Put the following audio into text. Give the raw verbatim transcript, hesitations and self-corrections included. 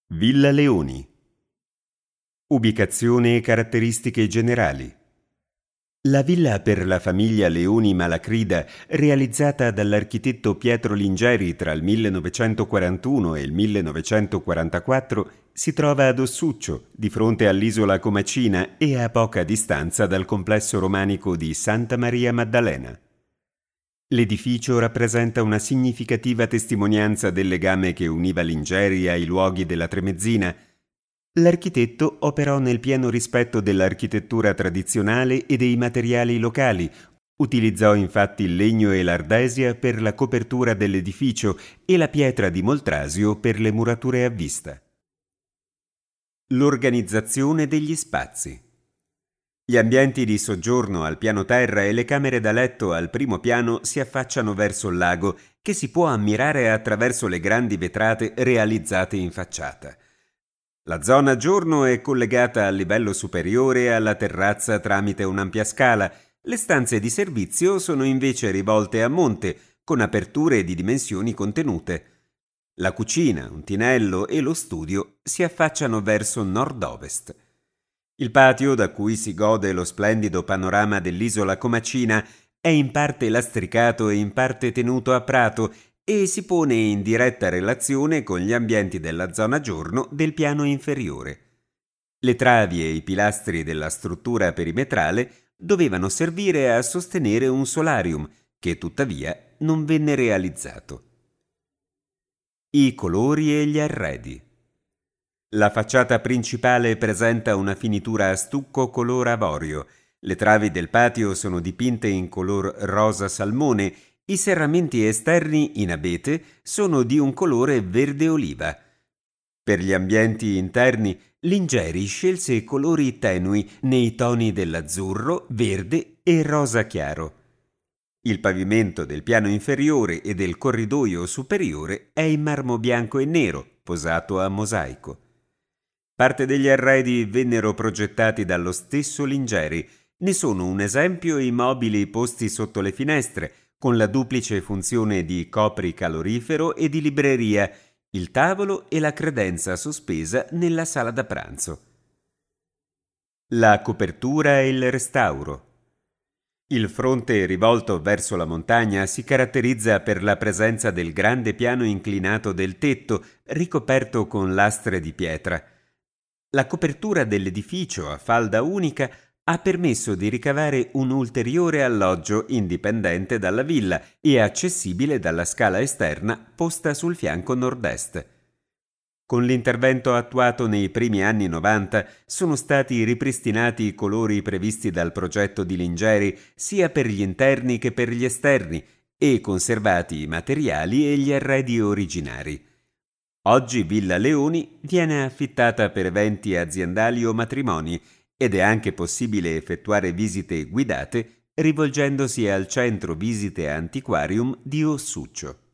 Villa Leoni. Ubicazione e caratteristiche generali. La villa per la famiglia Leoni Malacrida, realizzata dall'architetto Pietro Lingeri tra il millenovecentoquarantuno e il millenovecentoquarantaquattro, si trova ad Ossuccio, di fronte all'isola Comacina e a poca distanza dal complesso romanico di Santa Maria Maddalena. L'edificio rappresenta una significativa testimonianza del legame che univa Lingeri ai luoghi della Tremezzina. L'architetto operò nel pieno rispetto dell'architettura tradizionale e dei materiali locali. Utilizzò infatti il legno e l'ardesia per la copertura dell'edificio e la pietra di Moltrasio per le murature a vista. L'organizzazione degli spazi. Gli ambienti di soggiorno al piano terra e le camere da letto al primo piano si affacciano verso il lago, che si può ammirare attraverso le grandi vetrate realizzate in facciata. La zona giorno è collegata al livello superiore alla terrazza tramite un'ampia scala. Le stanze di servizio sono invece rivolte a monte, con aperture di dimensioni contenute. La cucina, un tinello e lo studio si affacciano verso nord-ovest. Il patio, da cui si gode lo splendido panorama dell'isola Comacina, è in parte lastricato e in parte tenuto a prato e si pone in diretta relazione con gli ambienti della zona giorno del piano inferiore. Le travi e i pilastri della struttura perimetrale dovevano servire a sostenere un solarium, che tuttavia non venne realizzato. I colori e gli arredi. La facciata principale presenta una finitura a stucco color avorio. Le travi del patio sono dipinte in color rosa salmone. I serramenti esterni in abete sono di un colore verde oliva. Per gli ambienti interni, Lingeri scelse colori tenui nei toni dell'azzurro, verde e rosa chiaro. Il pavimento del piano inferiore e del corridoio superiore è in marmo bianco e nero, posato a mosaico. Parte degli arredi vennero progettati dallo stesso Lingeri. Ne sono un esempio i mobili posti sotto le finestre, con la duplice funzione di copri calorifero e di libreria, il tavolo e la credenza sospesa nella sala da pranzo. La copertura e il restauro. Il fronte rivolto verso la montagna si caratterizza per la presenza del grande piano inclinato del tetto, ricoperto con lastre di pietra. La copertura dell'edificio a falda unica ha permesso di ricavare un ulteriore alloggio indipendente dalla villa e accessibile dalla scala esterna posta sul fianco nord-est. Con l'intervento attuato nei primi anni novanta sono stati ripristinati i colori previsti dal progetto di Lingeri sia per gli interni che per gli esterni e conservati i materiali e gli arredi originari. Oggi Villa Leoni viene affittata per eventi aziendali o matrimoni ed è anche possibile effettuare visite guidate rivolgendosi al centro visite antiquarium di Ossuccio.